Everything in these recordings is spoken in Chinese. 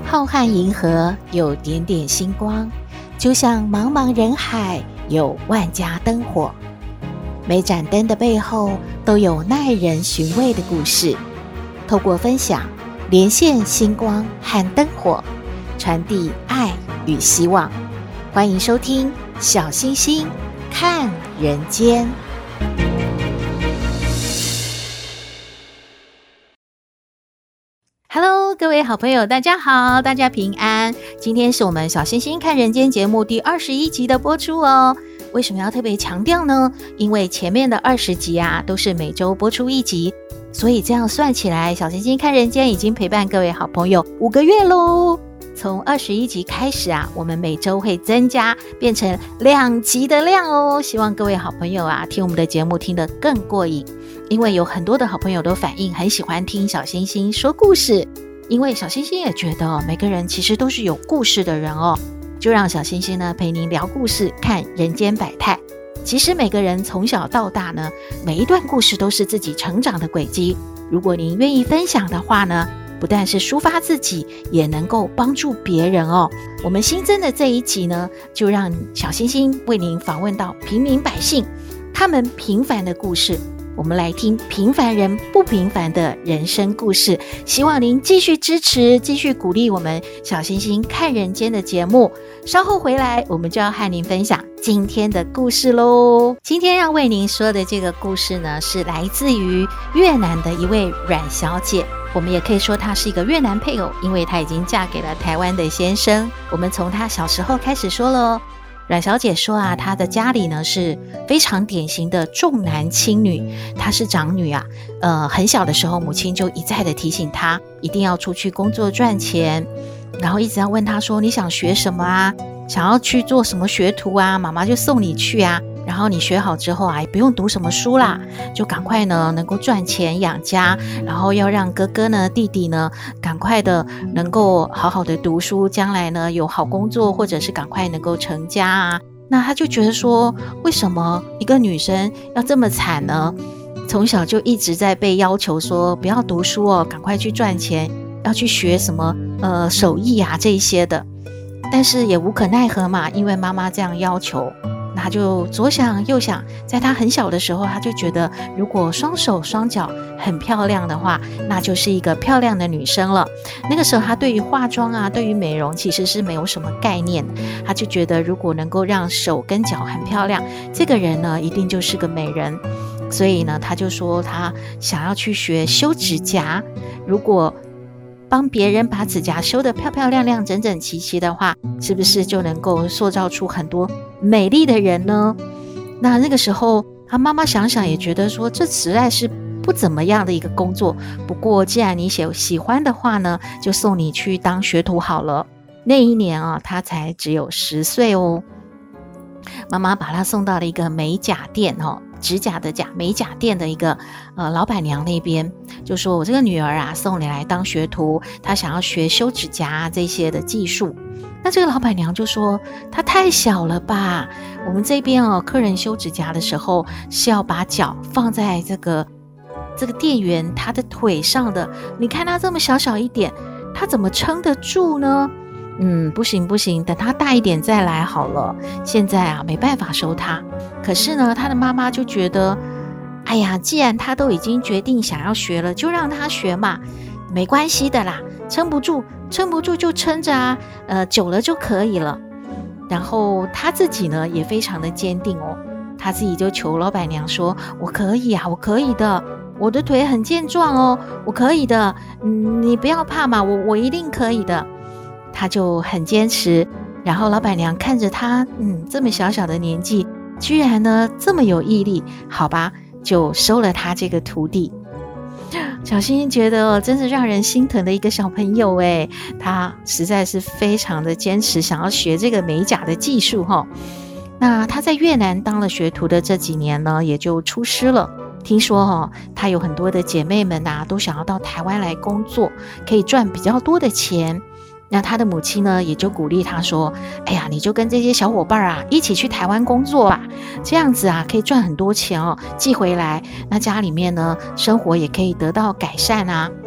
浩瀚银河有点点星光，就像茫茫人海有万家灯火。每盏灯的背后都有耐人寻味的故事。透过分享，连线星光和灯火，传递爱与希望。欢迎收听小星星看人间。Hello， 各位好朋友，大家好，大家平安。今天是我们小星星看人间节目第21集的播出哦。为什么要特别强调呢？因为前面的20集都是每周播出1集，所以这样算起来，小星星看人间已经陪伴各位好朋友5个月咯。从21集开始我们每周会增加，变成2集的量哦。希望各位好朋友听我们的节目听得更过瘾，因为有很多的好朋友都反映很喜欢听小星星说故事，因为小星星也觉得每个人其实都是有故事的人哦。就让小星星呢陪您聊故事，看人间百态。其实每个人从小到大呢，每一段故事都是自己成长的轨迹。如果您愿意分享的话呢，不但是抒发自己，也能够帮助别人哦。我们新增的这一集呢，就让小星星为您访问到平民百姓，他们平凡的故事。我们来听平凡人不平凡的人生故事，希望您继续支持，继续鼓励我们小星星看人间的节目。稍后回来，我们就要和您分享今天的故事咯。今天要为您说的这个故事呢，是来自于越南的一位阮小姐。我们也可以说她是一个越南配偶，因为她已经嫁给了台湾的先生。我们从她小时候开始说了。阮小姐说她的家里呢是非常典型的重男轻女，她是长女很小的时候母亲就一再的提醒她一定要出去工作赚钱，然后一直要问她说你想学什么想要去做什么学徒妈妈就送你去然后你学好之后也不用读什么书啦，就赶快呢能够赚钱养家，然后要让哥哥呢弟弟呢赶快的能够好好的读书，将来呢有好工作，或者是赶快能够成家那他就觉得说，为什么一个女生要这么惨呢？从小就一直在被要求说不要读书赶快去赚钱，要去学什么手艺这一些的，但是也无可奈何嘛，因为妈妈这样要求。他就左想右想，在他很小的时候，他就觉得如果双手双脚很漂亮的话，那就是一个漂亮的女生了。那个时候他对于化妆对于美容其实是没有什么概念，他就觉得如果能够让手跟脚很漂亮，这个人呢一定就是个美人。所以呢他就说他想要去学修指甲，如果帮别人把指甲修得漂漂亮亮整整齐齐的话，是不是就能够塑造出很多美丽的人呢？那个时候他妈妈想想也觉得说，这实在是不怎么样的一个工作，不过既然你喜欢的话呢，就送你去当学徒好了。那一年他才只有10岁哦。妈妈把他送到了一个美甲店指甲的甲，美甲店的一个老板娘那边，就说我这个女儿送你来当学徒，她想要学修指甲这些的技术。那这个老板娘就说她太小了吧，我们这边客人修指甲的时候是要把脚放在这个店员他的腿上的，你看他这么小小一点，他怎么撑得住呢？不行，等他大一点再来好了，现在没办法收他。可是呢他的妈妈就觉得，哎呀，既然他都已经决定想要学了，就让他学嘛，没关系的啦，撑不住就撑着久了就可以了。然后他自己呢也非常的坚定他自己就求老板娘说，我可以我可以的，我的腿很健壮我可以的，你不要怕嘛，我一定可以的。他就很坚持，然后老板娘看着他这么小小的年纪，居然呢这么有毅力，好吧，就收了他这个徒弟。小星星觉得真是让人心疼的一个小朋友他实在是非常的坚持，想要学这个美甲的技术那他在越南当了学徒的这几年呢，也就出师了。听说他有很多的姐妹们都想要到台湾来工作，可以赚比较多的钱。那他的母亲呢也就鼓励他说，哎呀，你就跟这些小伙伴一起去台湾工作吧，这样子可以赚很多钱寄回来，那家里面呢生活也可以得到改善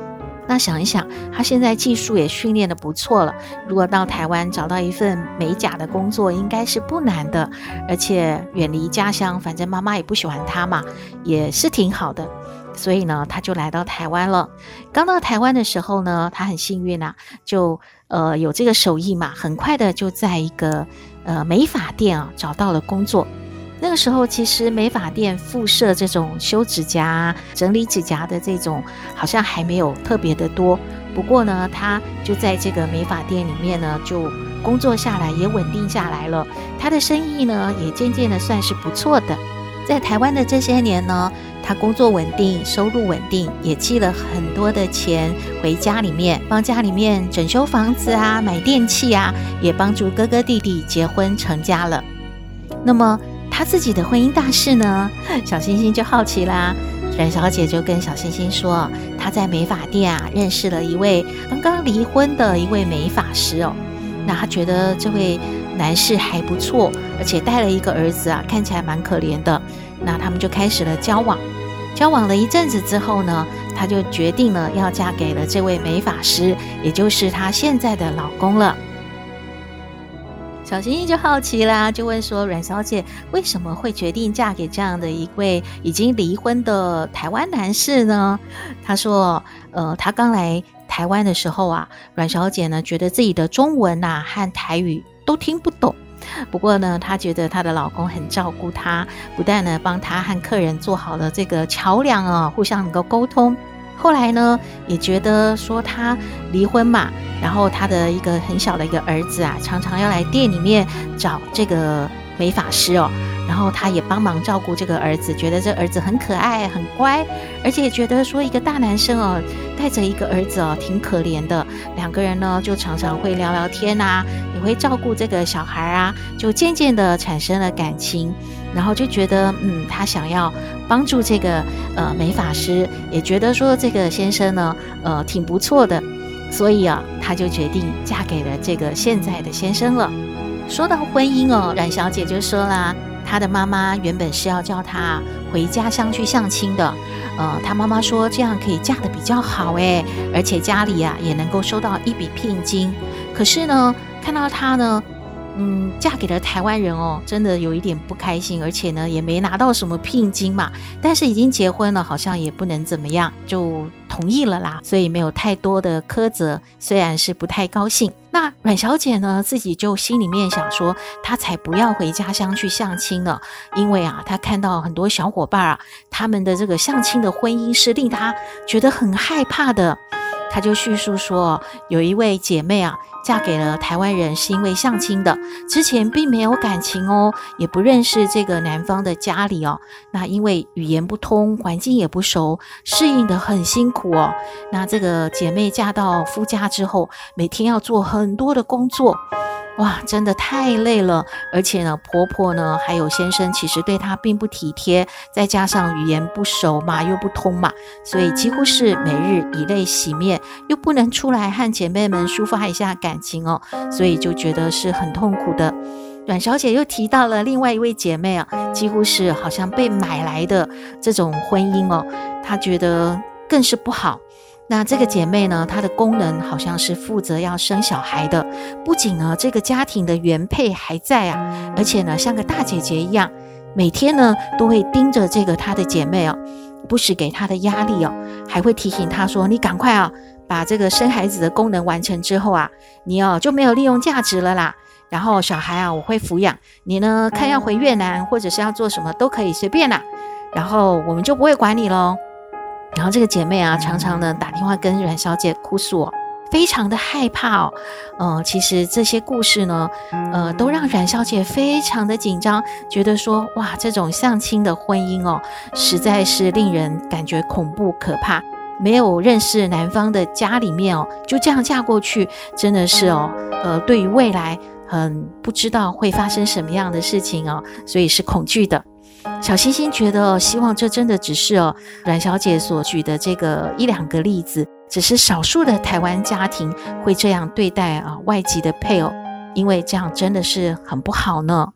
那想一想，他现在技术也训练得不错了，如果到台湾找到一份美甲的工作，应该是不难的，而且远离家乡，反正妈妈也不喜欢他嘛，也是挺好的。所以呢，他就来到台湾了。刚到台湾的时候呢，他很幸运啊，就有这个手艺嘛，很快的就在一个美发店啊找到了工作。那个时候其实美发店附设这种修指甲、整理指甲的这种好像还没有特别的多，不过呢他就在这个美发店里面呢就工作下来，也稳定下来了，他的生意呢也渐渐的算是不错的。在台湾的这些年呢，他工作稳定，收入稳定，也寄了很多的钱回家里面，帮家里面整修房子啊，买电器啊，也帮助哥哥弟弟结婚成家了。那么他自己的婚姻大事呢，小星星就好奇啦。阮小姐就跟小星星说，她在美发店啊认识了一位刚刚离婚的一位美发师哦。那她觉得这位男士还不错，而且带了一个儿子啊，看起来蛮可怜的。那他们就开始了交往。交往了一阵子之后呢，她就决定了要嫁给了这位美发师，也就是她现在的老公了。小星星就好奇啦，就问说阮小姐为什么会决定嫁给这样的一位已经离婚的台湾男士呢？她说她刚来台湾的时候啊，阮小姐呢觉得自己的中文啊和台语都听不懂，不过呢她觉得她的老公很照顾她，不但呢帮她和客人做好了这个桥梁啊，互相能够沟通。后来呢也觉得说他离婚嘛，然后他的一个很小的一个儿子啊，常常要来店里面找这个美发师哦，然后他也帮忙照顾这个儿子，觉得这儿子很可爱很乖，而且也觉得说一个大男生哦带着一个儿子哦挺可怜的，两个人呢就常常会聊聊天啊，也会照顾这个小孩啊，就渐渐的产生了感情，然后就觉得他想要帮助这个美发师，也觉得说这个先生呢挺不错的，所以啊她就决定嫁给了这个现在的先生了。说到婚姻哦，阮小姐就说啦，她的妈妈原本是要叫她回家乡去相亲的，她妈妈说这样可以嫁得比较好诶，而且家里啊也能够收到一笔聘金。可是呢，看到她呢嫁给了台湾人哦，真的有一点不开心，而且呢也没拿到什么聘金嘛，但是已经结婚了，好像也不能怎么样，就同意了啦，所以没有太多的苛责，虽然是不太高兴。那阮小姐呢自己就心里面想说，她才不要回家乡去相亲呢，因为啊她看到很多小伙伴啊，他们的这个相亲的婚姻是令她觉得很害怕的。她就叙述说，有一位姐妹啊嫁给了台湾人是因为相亲的，之前并没有感情哦，也不认识这个男方的家里哦，那因为语言不通，环境也不熟，适应得很辛苦哦。那这个姐妹嫁到夫家之后，每天要做很多的工作，哇，真的太累了，而且呢，婆婆呢还有先生其实对她并不体贴，再加上语言不熟嘛，又不通嘛，所以几乎是每日以泪洗面，又不能出来和姐妹们抒发一下感情哦，所以就觉得是很痛苦的。阮小姐又提到了另外一位姐妹啊，几乎是好像被买来的这种婚姻哦，她觉得更是不好。那这个姐妹呢，她的功能好像是负责要生小孩的，不仅呢这个家庭的原配还在啊，而且呢像个大姐姐一样，每天呢都会盯着这个她的姐妹哦，不时给她的压力哦，还会提醒她说，你赶快啊把这个生孩子的功能完成之后啊，你就没有利用价值了啦，然后小孩啊我会抚养，你呢看要回越南或者是要做什么都可以随便啦，然后我们就不会管你咯。然后这个姐妹啊常常呢打电话跟阮小姐哭诉哦，非常的害怕哦。其实这些故事呢都让阮小姐非常的紧张，觉得说哇这种相亲的婚姻哦实在是令人感觉恐怖可怕，没有认识男方的家里面哦就这样嫁过去，真的是对于未来很不知道会发生什么样的事情哦，所以是恐惧的。小星星觉得希望这真的只是阮小姐所举的这个一两个例子，只是少数的台湾家庭会这样对待外籍的配偶，因为这样真的是很不好呢。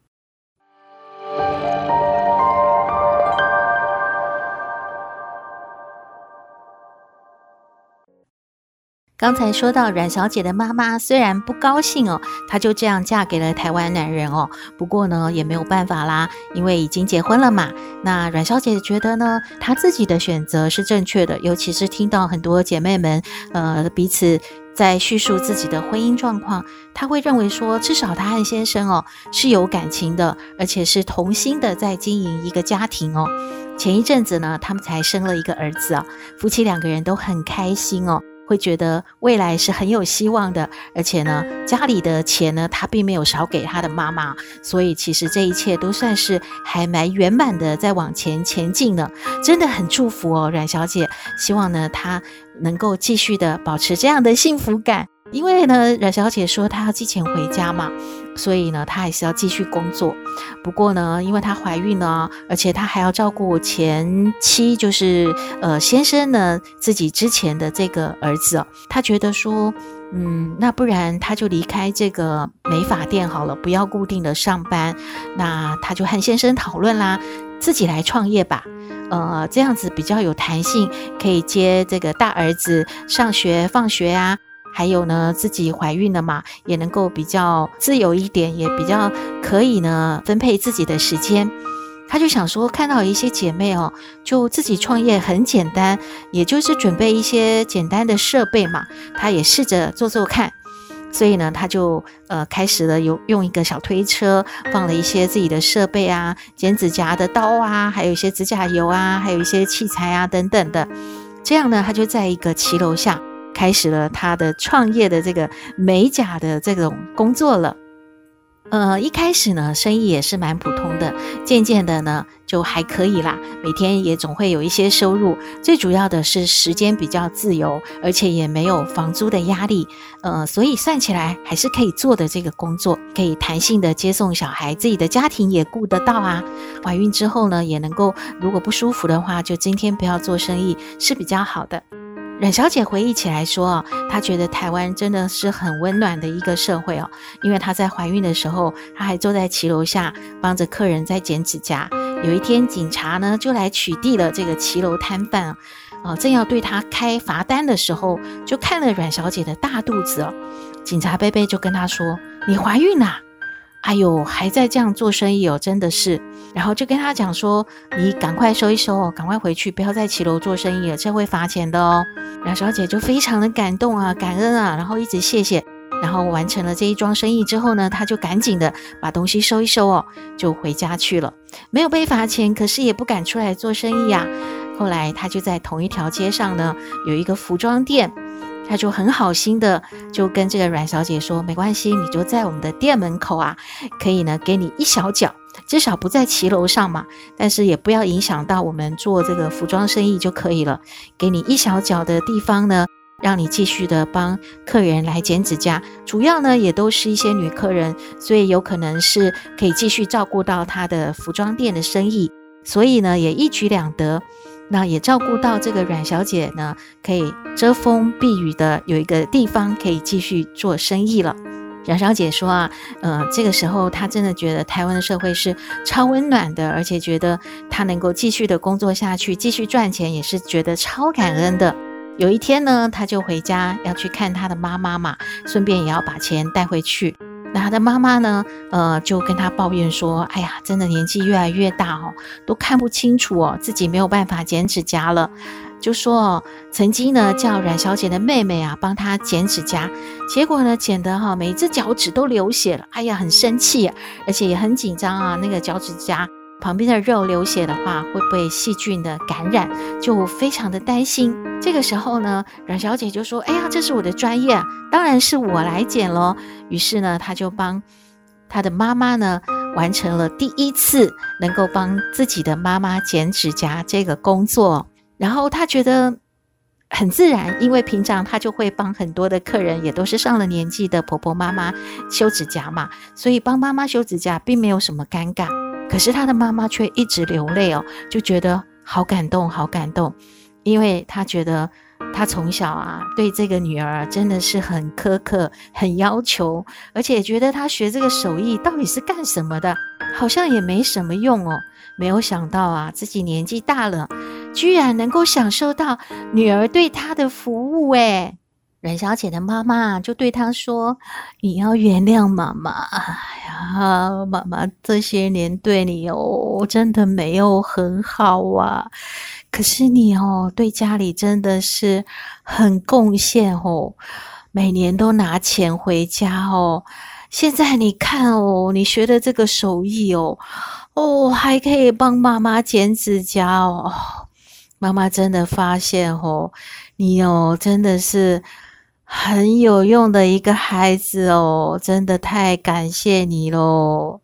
刚才说到阮小姐的妈妈虽然不高兴哦，她就这样嫁给了台湾男人哦，不过呢也没有办法啦，因为已经结婚了嘛。那阮小姐觉得呢，她自己的选择是正确的，尤其是听到很多姐妹们彼此在叙述自己的婚姻状况，她会认为说，至少她和先生哦是有感情的，而且是同心的在经营一个家庭哦。前一阵子呢，他们才生了一个儿子哦，夫妻2个人都很开心哦，会觉得未来是很有希望的，而且呢，家里的钱呢，他并没有少给他的妈妈，所以其实这一切都算是还蛮圆满的，在往前进呢，真的很祝福哦，阮小姐，希望呢，她能够继续的保持这样的幸福感。因为呢，阮小姐说她要寄钱回家嘛，所以呢，她还是要继续工作。不过呢，因为她怀孕了，而且她还要照顾前妻，就是先生呢自己之前的这个儿子哦，她觉得说，那不然她就离开这个美发店好了，不要固定的上班。那她就和先生讨论啦，自己来创业吧。这样子比较有弹性，可以接这个大儿子上学放学啊。还有呢，自己怀孕了嘛，也能够比较自由一点，也比较可以呢分配自己的时间。他就想说，看到一些姐妹哦，就自己创业很简单，也就是准备一些简单的设备嘛，他也试着做做看。所以呢，他就开始了用一个小推车，放了一些自己的设备啊，剪指甲的刀啊，还有一些指甲油啊，还有一些器材啊等等的。这样呢，他就在一个骑楼下开始了他的创业的这个美甲的这种工作了。一开始呢，生意也是蛮普通的，渐渐的呢，就还可以啦，每天也总会有一些收入。最主要的是时间比较自由，而且也没有房租的压力，所以算起来还是可以做的这个工作，可以弹性的接送小孩，自己的家庭也顾得到啊。怀孕之后呢，也能够如果不舒服的话，就今天不要做生意是比较好的。阮小姐回忆起来说，她觉得台湾真的是很温暖的一个社会哦，因为她在怀孕的时候，她还坐在骑楼下帮着客人在剪指甲。有一天警察呢就来取缔了这个骑楼摊贩正要对她开罚单的时候，就看了阮小姐的大肚子哦，警察贝贝就跟她说，你怀孕啦？哎呦，还在这样做生意哦，真的是。然后就跟他讲说，你赶快收一收哦，赶快回去，不要在骑楼做生意了，这会罚钱的哦。阮小姐就非常的感动啊，感恩啊，然后一直谢谢。然后完成了这一桩生意之后呢，她就赶紧的把东西收一收哦，就回家去了。没有被罚钱，可是也不敢出来做生意啊。后来她就在同一条街上呢，有一个服装店。他就很好心的就跟这个阮小姐说，没关系，你就在我们的店门口啊，可以呢给你一小角，至少不在骑楼上嘛，但是也不要影响到我们做这个服装生意就可以了，给你一小角的地方呢，让你继续的帮客人来剪指甲，主要呢也都是一些女客人，所以有可能是可以继续照顾到她的服装店的生意，所以呢也一举两得。那也照顾到这个阮小姐呢，可以遮风避雨的有一个地方可以继续做生意了。阮小姐说啊，这个时候她真的觉得台湾的社会是超温暖的，而且觉得她能够继续的工作下去，继续赚钱，也是觉得超感恩的。有一天呢，她就回家要去看她的妈妈嘛，顺便也要把钱带回去。那他的妈妈呢，就跟他抱怨说，哎呀，真的年纪越来越大哦，都看不清楚哦，自己没有办法剪指甲了。就说曾经呢叫阮小姐的妹妹啊帮她剪指甲，结果呢剪得每一只脚趾都流血了，哎呀很生气啊，而且也很紧张啊，那个脚趾甲旁边的肉流血的话会不会细菌的感染，就非常的担心。这个时候呢，阮小姐就说，哎呀，这是我的专业，当然是我来剪咯。于是呢，她就帮她的妈妈呢完成了第一次能够帮自己的妈妈剪指甲这个工作。然后她觉得很自然，因为平常她就会帮很多的客人，也都是上了年纪的婆婆妈妈修指甲嘛，所以帮妈妈修指甲并没有什么尴尬。可是她的妈妈却一直流泪哦，就觉得好感动好感动，因为她觉得她从小啊对这个女儿真的是很苛刻很要求，而且觉得她学这个手艺到底是干什么的，好像也没什么用哦。没有想到啊，自己年纪大了，居然能够享受到女儿对她的服务诶。 阮小姐的妈妈就对她说：你要原谅妈妈，哎呀，妈妈这些年对你真的没有很好啊，可是你对家里真的是很贡献每年都拿钱回家现在你看你学的这个手艺还可以帮妈妈剪指甲妈妈真的发现你真的是很有用的一个孩子真的太感谢你咯。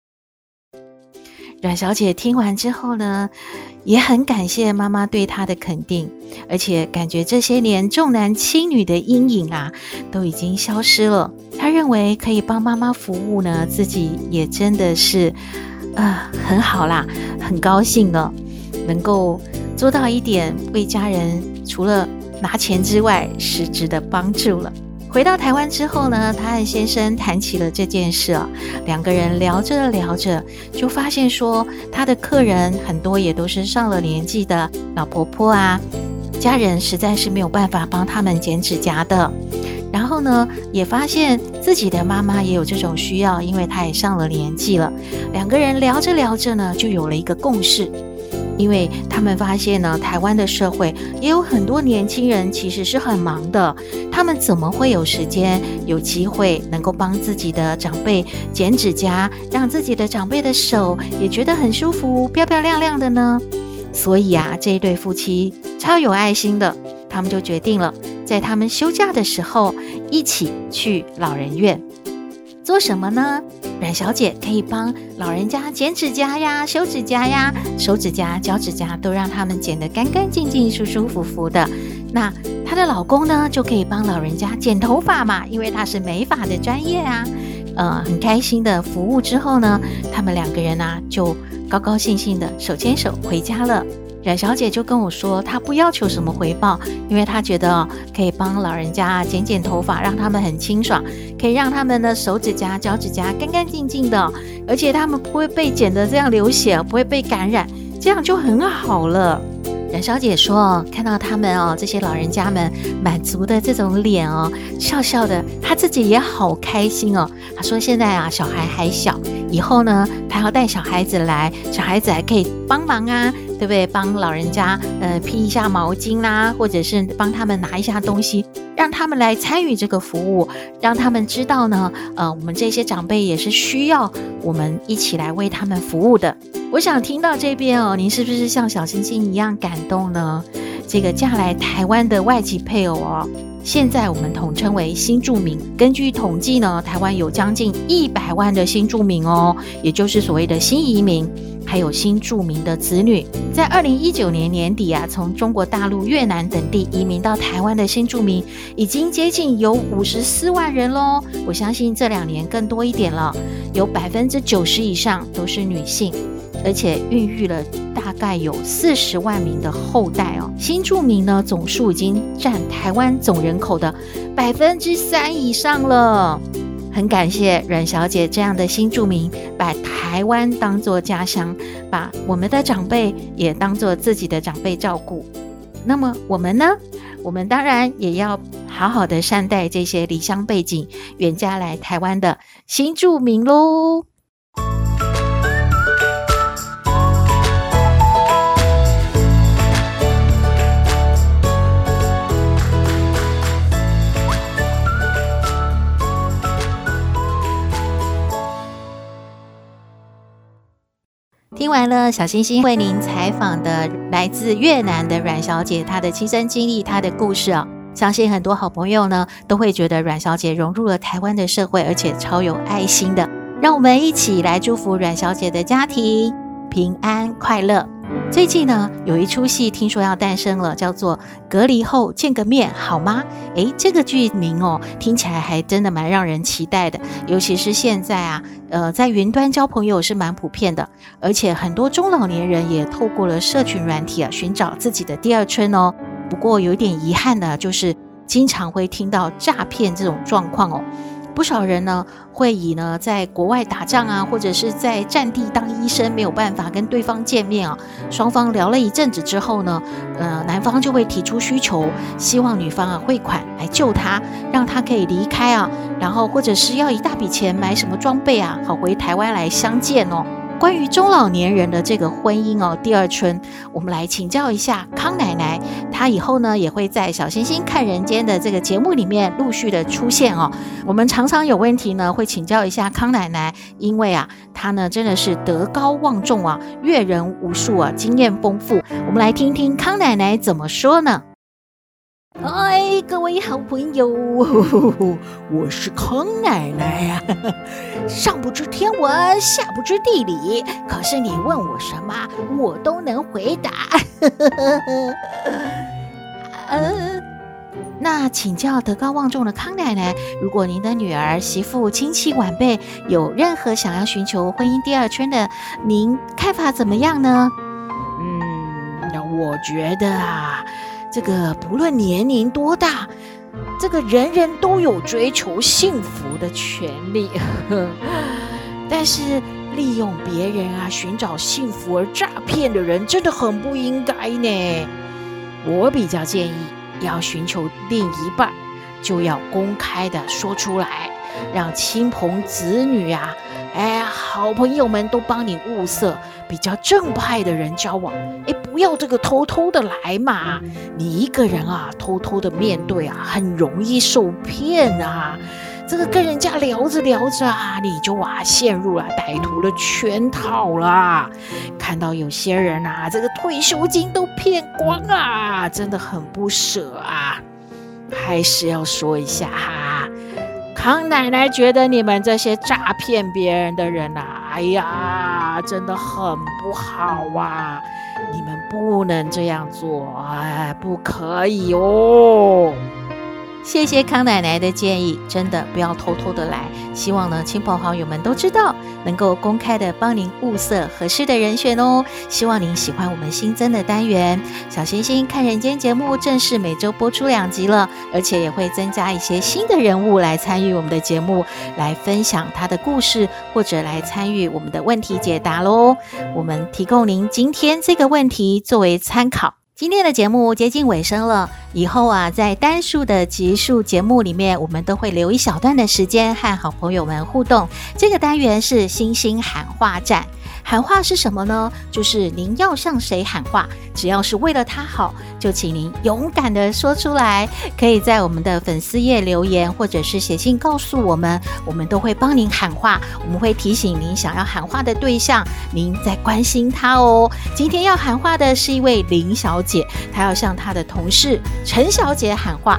阮小姐听完之后呢，也很感谢妈妈对她的肯定，而且感觉这些年重男轻女的阴影啊都已经消失了。她认为可以帮妈妈服务呢，自己也真的是很好啦，很高兴了，能够做到一点为家人除了拿钱之外实质的帮助了。回到台湾之后呢，她和先生谈起了这件事两个人聊着聊着就发现说，她的客人很多也都是上了年纪的老婆婆啊，家人实在是没有办法帮他们剪指甲的。然后呢，也发现自己的妈妈也有这种需要，因为她也上了年纪了。两个人聊着聊着呢，就有了一个共识。因为他们发现呢，台湾的社会也有很多年轻人其实是很忙的，他们怎么会有时间有机会能够帮自己的长辈剪指甲，让自己的长辈的手也觉得很舒服漂漂亮亮的呢？所以啊，这一对夫妻超有爱心的，他们就决定了在他们休假的时候一起去老人院。做什么呢？阮小姐可以帮老人家剪指甲呀、修指甲呀、手指甲、脚指甲都让他们剪得干干净净、舒舒服服的。那她的老公呢，就可以帮老人家剪头发嘛，因为他是美发的专业啊。很开心的服务之后呢，他们两个人啊就高高兴兴的手牵手回家了。阮小姐就跟我说，她不要求什么回报，因为她觉得可以帮老人家剪剪头发，让他们很清爽，可以让他们的手指甲、脚指甲干干净净的，而且他们不会被剪得这样流血，不会被感染，这样就很好了。阮小姐说，看到他们这些老人家们满足的这种脸笑笑的，她自己也好开心她说现在啊，小孩还小，以后呢，她要带小孩子来，小孩子还可以帮忙啊，对不对？帮老人家披一下毛巾啦，或者是帮他们拿一下东西，让他们来参与这个服务，让他们知道呢，我们这些长辈也是需要我们一起来为他们服务的。我想听到这边您是不是像小星星一样感动呢？这个嫁来台湾的外籍配偶现在我们统称为新住民。根据统计呢，台湾有将近100万的新住民也就是所谓的新移民，还有新住民的子女。在2019年年底啊，从中国大陆、越南等地移民到台湾的新住民已经接近有54万人咯。我相信这2年更多一点了，有90%以上都是女性，而且孕育了大概有40万名的后代新住民呢，总数已经占台湾总人口的3%以上了。很感谢阮小姐这样的新住民，把台湾当作家乡，把我们的长辈也当作自己的长辈照顾。那么我们呢？我们当然也要好好的善待这些离乡背景、远嫁来台湾的新住民咯。听完了小星星为您采访的来自越南的阮小姐，她的亲身经历，她的故事相信很多好朋友呢都会觉得阮小姐融入了台湾的社会，而且超有爱心的。让我们一起来祝福阮小姐的家庭平安快乐。最近呢，有一出戏听说要诞生了，叫做隔离后见个面好吗？这个剧名听起来还真的蛮让人期待的，尤其是现在啊，在云端交朋友是蛮普遍的，而且很多中老年人也透过了社群软体寻找自己的第二春不过有点遗憾的就是经常会听到诈骗这种状况不少人呢会以呢在国外打仗啊，或者是在战地当医生没有办法跟对方见面啊，双方聊了一阵子之后呢，男方就会提出需求，希望女方汇款来救他，让他可以离开啊，然后或者是要一大笔钱买什么装备啊，好回台湾来相见哦。关于中老年人的这个婚姻哦，第二春，我们来请教一下康奶奶，她以后呢也会在小星星看人间的这个节目里面陆续的出现哦。我们常常有问题呢，会请教一下康奶奶，因为她呢真的是德高望重啊，阅人无数啊，经验丰富。我们来听听康奶奶怎么说呢？各位好朋友，我是康奶奶呀，上不知天文，下不知地理，可是你问我什么，我都能回答。那请教德高望重的康奶奶，如果您的女儿、媳妇、亲戚、晚辈有任何想要寻求婚姻第二春的，您看法怎么样呢？ 我觉得这个不论年龄多大，这个人人都有追求幸福的权利。但是利用别人寻找幸福而诈骗的人真的很不应该呢。我比较建议要寻求另一半，就要公开的说出来，让亲朋子女好朋友们都帮你物色比较正派的人交往，不要这个偷偷的来嘛。你一个人偷偷的面对很容易受骗这个跟人家聊着聊着你就陷入了歹徒的圈套啦。看到有些人这个退休金都骗光真的很不舍还是要说一下康奶奶觉得你们这些诈骗别人的人真的很不好你们不能这样做不可以哦。 谢谢康奶奶的建议，真的不要偷偷的来，希望呢亲朋好友们都知道，能够公开的帮您物色合适的人选哦。希望您喜欢我们新增的单元小星星看人间节目，正式每周播出2集了，而且也会增加一些新的人物来参与我们的节目，来分享他的故事，或者来参与我们的问题解答咯。我们提供您今天这个问题作为参考。今天的节目接近尾声了，以后在单数的集数节目里面，我们都会留一小段的时间和好朋友们互动。这个单元是星星喊话站。喊话是什么呢？就是您要向谁喊话，只要是为了他好，就请您勇敢的说出来，可以在我们的粉丝页留言，或者是写信告诉我们，我们都会帮您喊话。我们会提醒您想要喊话的对象，您在关心他哦。今天要喊话的是一位林小姐，她要向她的同事陈小姐喊话。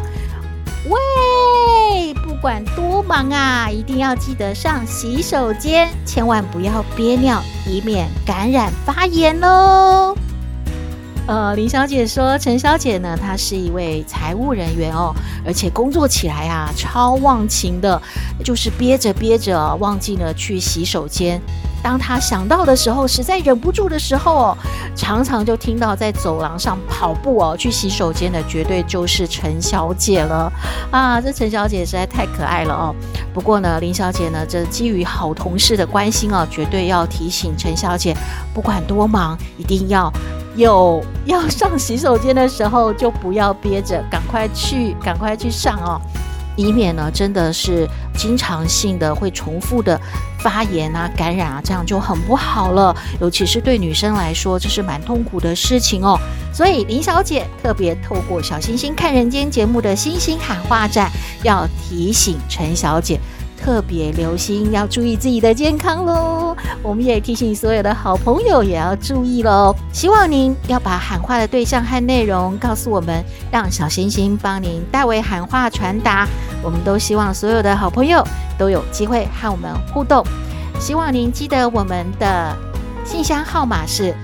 喂，不管多忙一定要记得上洗手间，千万不要憋尿，以免感染发炎咯。林小姐说，陈小姐呢，她是一位财务人员哦，而且工作起来超忘情的，就是憋着憋着忘记了去洗手间。当她想到的时候，实在忍不住的时候常常就听到在走廊上跑步去洗手间的，绝对就是陈小姐了这陈小姐实在太可爱了不过呢，林小姐呢，这基于好同事的关心绝对要提醒陈小姐，不管多忙，一定要上洗手间的时候就不要憋着，赶快去上以免呢真的是经常性的会重复的发炎感染这样就很不好了，尤其是对女生来说，这是蛮痛苦的事情所以林小姐特别透过小星星看人间节目的星星喊话站，要提醒陈小姐特别留心，要注意自己的健康咯。我们也提醒所有的好朋友也要注意咯。希望您要把喊话的对象和内容告诉我们，让小星星帮您代为喊话传达。我们都希望所有的好朋友都有机会和我们互动。希望您记得我们的信箱号码是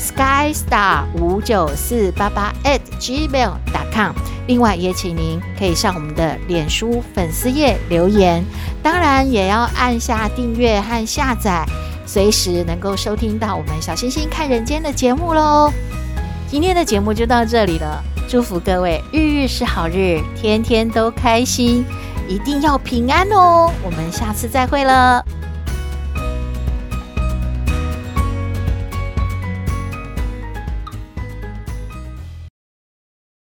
skystar59488@gmail.com。另外也请您可以上我们的脸书粉丝页留言，当然也要按下订阅和下载，随时能够收听到我们小星星看人间的节目咯。今天的节目就到这里了，祝福各位日日是好日，天天都开心， 一定要平安哦。我们下次再会了。